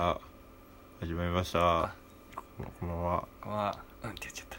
あ、始まりました。こんばんは。 こんばんは。って言っちゃった。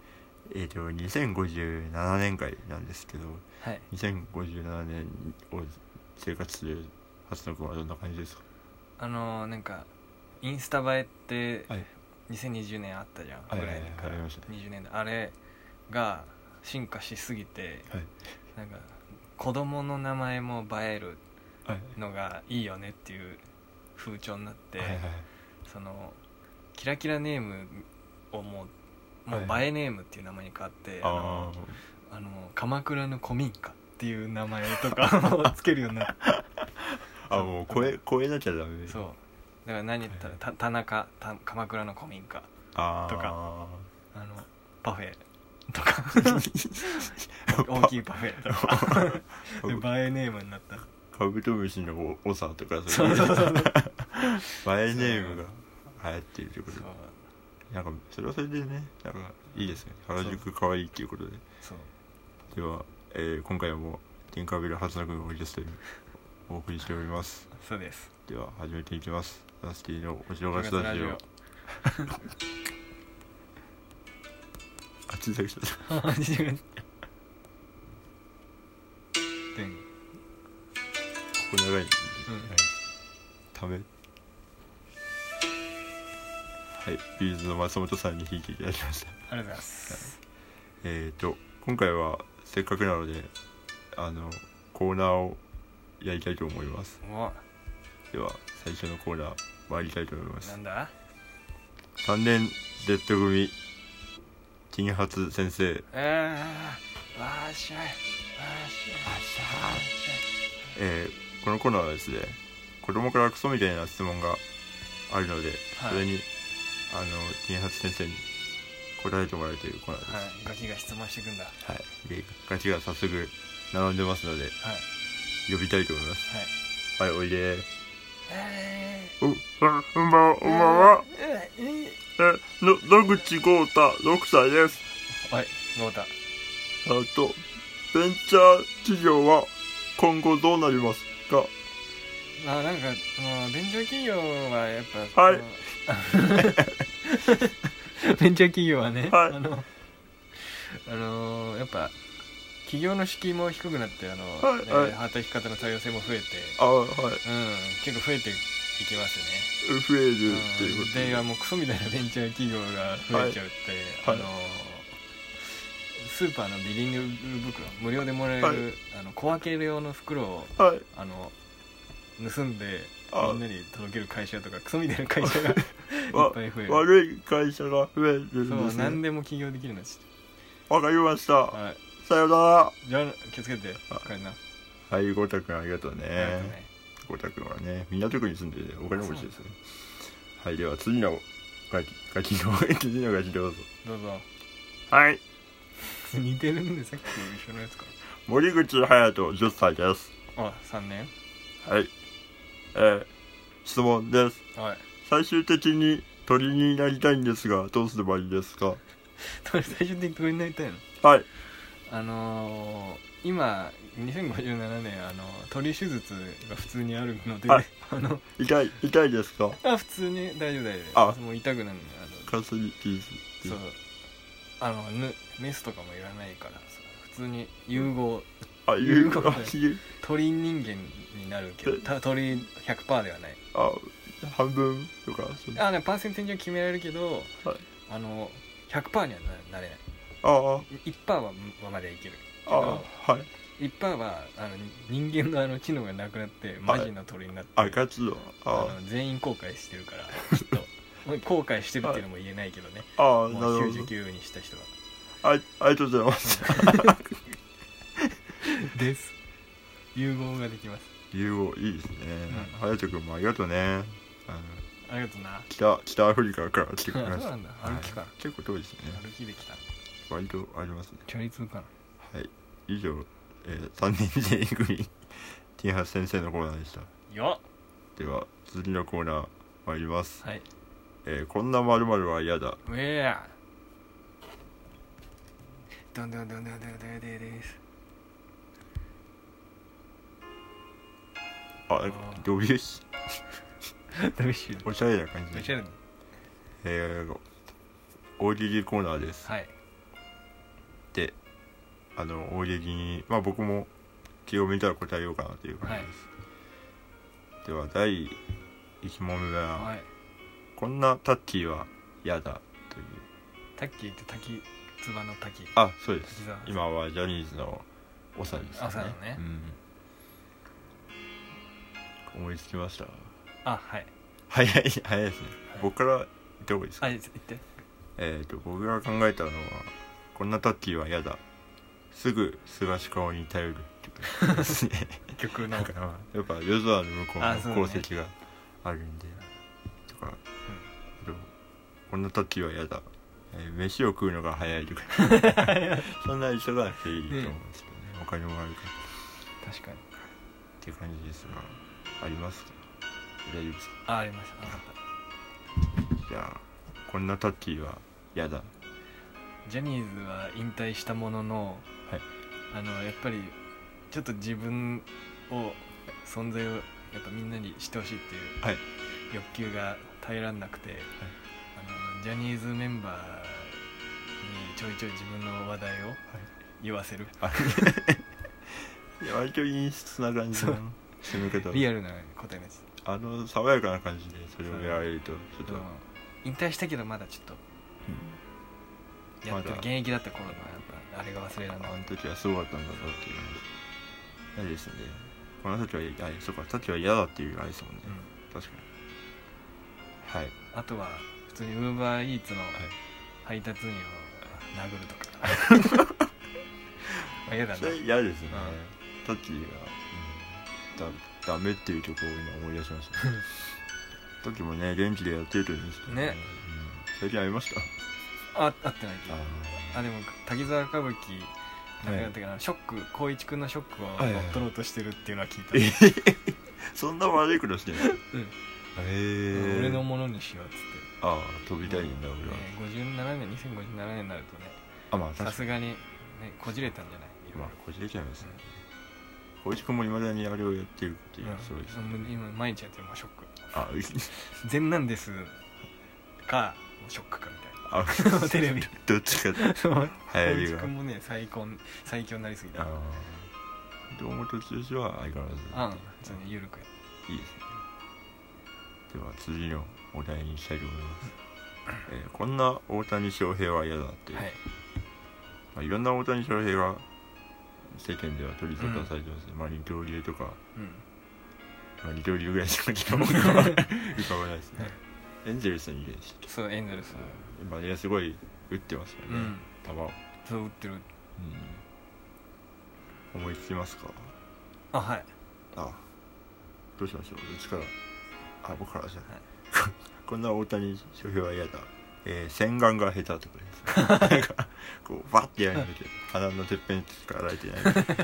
2057年会なんですけど、 はい。 2057年を生活する初野くんはどんな感じですか？ なんかインスタ映えってはい 2020年あったじゃん、 はいぐらいからありましたね。 20年代あれが進化しすぎて、 はいなんか子供の名前も映えるはいのがいいよねっていう風潮になって、 はいはいそのキラキラネームをもう映えネームっていう名前に変わって、鎌倉の古民家っていう名前とかをつけるようになってもう声なきゃダメ。 そうだから何言ったら田中鎌倉の古民家とかパフェとか大きいパフェとかで映えネームになったカブトムシの長とかそう映えネームが流行っているということで、なんかそれはそれでね、なんかいいですね。原宿かわいいっていうことで。そうでは、今回はもうティンカーベル初野くんをゲストにお送りしております。 そうです。 では始めていきます。ラスティのお城がスタジオあっちだけしたここ長い、ためはい、ビーズの松本さんに弾いていただきました。 ありがとうございます。 今回はせっかくなのでコーナーをやりたいと思います。では最初のコーナー参りたいと思います。 なんだ 3年 Z 組金髪先生。 わーしゃいこのコーナーはですね、子供からクソみたいな質問があるので、それに金髪先生に答えてもらうというコーナーです。 はい、ガキが質問してくんだ。 はい。で、ガキが早速並んでますので、呼びたいと思います。はい、おいで。こんばんは。野口豪太6歳です。 はい、豪太。 ベンチャー企業は今後どうなりますか？ なんかベンチャー企業はやっぱはいベンチャー企業はね、 はい、 やっぱ企業の敷居も低くなって働き方の多様性も増えて結構増えていきますよね。 増えるっていうことでもうクソみたいなベンチャー企業が増えちゃうって、スーパーのビニール袋無料でもらえる、小分け用の袋を、盗んでみんなに届ける会社とかクソみたいな会社がいっぱい増える。 悪い会社が増えるんですね。 そう、何でも起業できるのちわかりました、さよなら。 じゃあ気をつけて帰んな。 はい、ゴータくんありがとうね。ゴータくんはね、港区に住んでお金持ちですね。はい、では次のガキどうぞ。 どうぞ。 はい、 似てるんでさっきと一緒のやつか。 森口隼人10歳です。 3年。 はい、質問です。最終的に鳥になりたいんですがどうすればいいですか？ 最終的に鳥になりたいの？ はい。 今2057年鳥手術が普通にあるので、 痛いですか？ 普通に大丈夫。もう痛くないの。 カスリティーズ。 そう、メスとかもいらないからさ、普通に融合鳥人間になるけど、鳥 100% ではない。 半分とかパーセンテージは決められるけど、100% にはなれない。1% はまでいけるけど、1% は人間の知能がなくなってマジの鳥になって、全員後悔してるからきっと後悔してるっていうのも言えないけどね。もう99にした人は。 ありがとうございますです。融合ができます。 融合いいですね。隼人君もありがとうね。 ありがとうな。 北アフリカから来てくれました。 そうなんだ。歩きか。 結構遠いですね。 歩きできた。 割とありますね。 チャリ通かな。 はい。以上、3年生組ティンハス先生のコーナーでした。では次のコーナー参ります。こんな〇〇は嫌だ。 どんどんですドビュッシドビッシュおしゃれな感じおしゃれな大喜利コーナーです。 はいで大喜利に僕も気を見たら答えようかなという感じです、はい、では第1問目は、はい、こんなタッキーは嫌だという。 タッキーって滝つばの滝。 あ、そうです。今はジャニーズの長ですね。 長のね、 思いつきました。 はい早いですね、はい、僕から言った方がいいですか。 言って。 僕が考えたのはこんなタッキーは嫌だ、すぐ菅氏顔に頼るっていうですね曲のやっぱ夜空の向こうの功績があるんで、とか、こんなタッキーは嫌だ、飯を食うのが早いとかそんな急がなくていいと思うんですけどね、お金もあるから。 確かにって感じですが、ありますか。大丈夫ですか。 ありました。 じゃあこんなタッキーは嫌だ。 ジャニーズは引退したものの、はい、やっぱりちょっと自分を存在をやっぱみんなにしてほしいっていう欲求が耐えらんなくて、はい、ジャニーズメンバーにちょいちょい自分の話題を言わせる、 はい、いや割と陰湿な感じの締め方、 リアルな答えです。 爽やかな感じでそれをやられるとちょっと引退したけどまだちょっと、やってる現役だった頃のやっぱあれが忘れられない。 あの時はすごかったんだぞっていう嫌ですね。この時はそうか、時は嫌だっていうあれですもんね、確かに。はい。あとは普通に UberEats の配達員を殴るとか嫌だな。 それ嫌ですね、時が、ダメっていうところを今思い出しました時もね元気でやってるといいんですけどね、最近会いました。 会ってないけど、でも滝沢歌舞伎なんかショック、光一くんのショックを乗っ取ろうとしてるっていうのは聞いた、 そんな悪いことしてない。 俺のものにしようっつって。 飛びたいんだ俺は。 2057年になるとね、さすがにねこじれたんじゃない。 こじれちゃいますね。光一くんも未だにあれをやってるっていう、そうです。 今毎日やってる。もうショック。全なんですかショックかみたいな。テレビどっちか流行りが。 光一くんもね最強になりすぎた。 堂本剛は相変わらずゆるくやいいですね。では次のお題にしたいと思います。こんな大谷翔平は嫌だっていう、いろんな大谷翔平が世間では取り沙汰されてますね。二刀流とか、二刀流ぐらいしか聞かないですね。エンゼルスにいるし。 そう、エンゼルス今ねすごい打ってますよね、球を。 そう打ってる。 思いつきますか。 はい。 どうしましょう。どっちから。僕からじゃない。こんな大谷翔平は嫌だ。洗顔が下手とかですね。なんかこうバッてやるんだけど鼻のてっぺんしか洗えてない。結構ね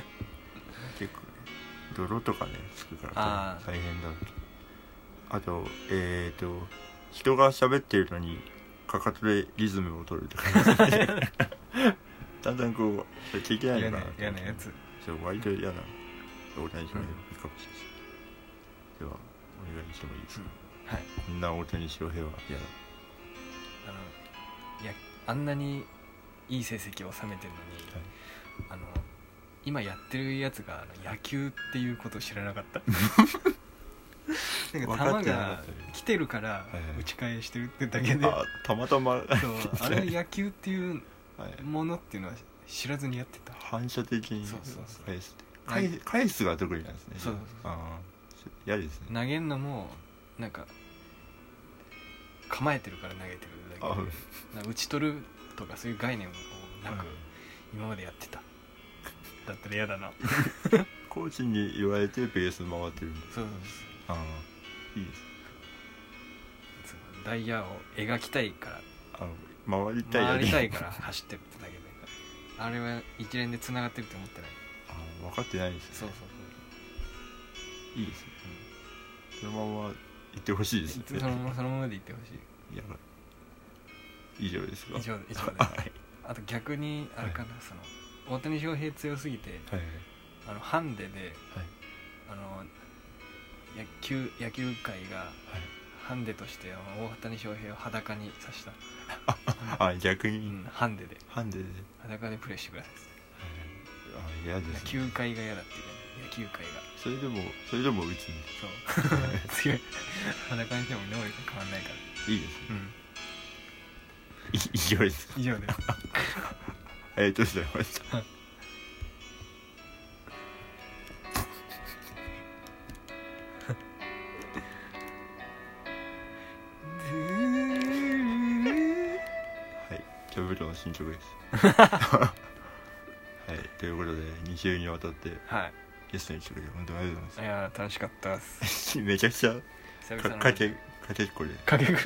泥とかねつくから大変だ。あと人が喋ってるのにかかとでリズムを取るとかだんだんこう聞いてないのかな。 嫌なやつ。 割と嫌な大谷翔平いいかもしれない。ではお願いしてもいいですか。はい。こんな大谷翔平は嫌だ。 あんなにいい成績を収めてるのに、今やってるやつが野球っていうことを知らなかったなんか球が来てるから打ち返してるってだけで、 たまたまあれ野球っていうものっていうのは知らずにやってた。 反射的に返すが得意なんですね。そう嫌ですね。 投げるのもなんか構えてるから投げてるだけで打ち取るとかそういう概念もなく今までやってた。だったら嫌だなコーチに言われてベース回ってる。 そうです。 いいです。 ダイヤを描きたいから回りたいから走ってるってだけであれは一連で繋がってるって思ってない。 分かってないですね。 そういいですね、そのまま行ってほしいですね。 そのままで行ってほしい。 以上ですか。 以上です、あと逆にあれかな、大谷翔平強すぎて、ハンデで、野球界が、 ハンデとして大谷翔平を裸にさせたあ逆に、 うん、ハンデで裸でプレーしてください、 嫌ですね。 野球界が嫌だっていうね、野球界がそれでも打つんでそう強い裸にしても能力変わんないからいいですね、 うん、 以上です以上ですありがとうございましたキャブルの進捗ですはいということで2週にわたってゲストに来てくれて本当にありがとうございます。 いや楽しかったっすめちゃくちゃかけっこですけど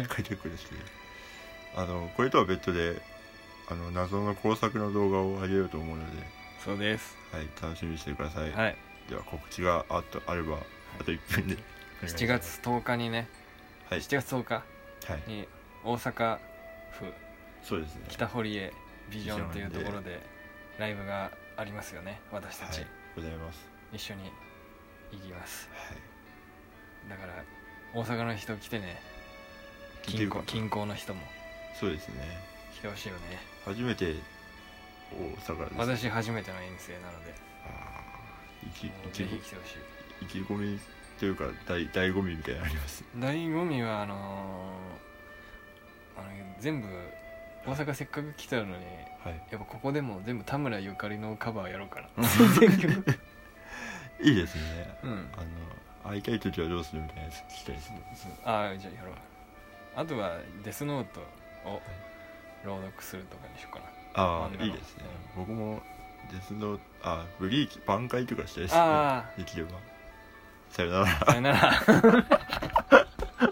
これとは別で謎の工作の動画を上げようと思うのでそうです、 はい、楽しみにしてください、 はい、 では告知があればあと1分で 7月10日にね、 はい、 7月10日に大阪府そうですね北堀江ビジョンっていうところでライブがありますよね。私たち、はい、 ございます。 一緒に行きます、 はい、 だから大阪の人来てね、近郊の人もそうですね来てほしいよね。 初めて大阪です。 私初めての遠征なのでぜひ来てほしい。 意気込みというか醍醐味みたいなのあります？ 醍醐味は全部大阪せっかく来たのに、 はい、 やっぱここでも全部田村ゆかりのカバーやろうからいいですね、 うん、 会いたい時はどうするみたいなやつ聞きたいですね。 ああじゃあやろう。あとはデスノートを朗読するとかにしようかな。 ああいいですね、うん、僕もデスノートブリーチ挽回とかしたいですね。できればさよなら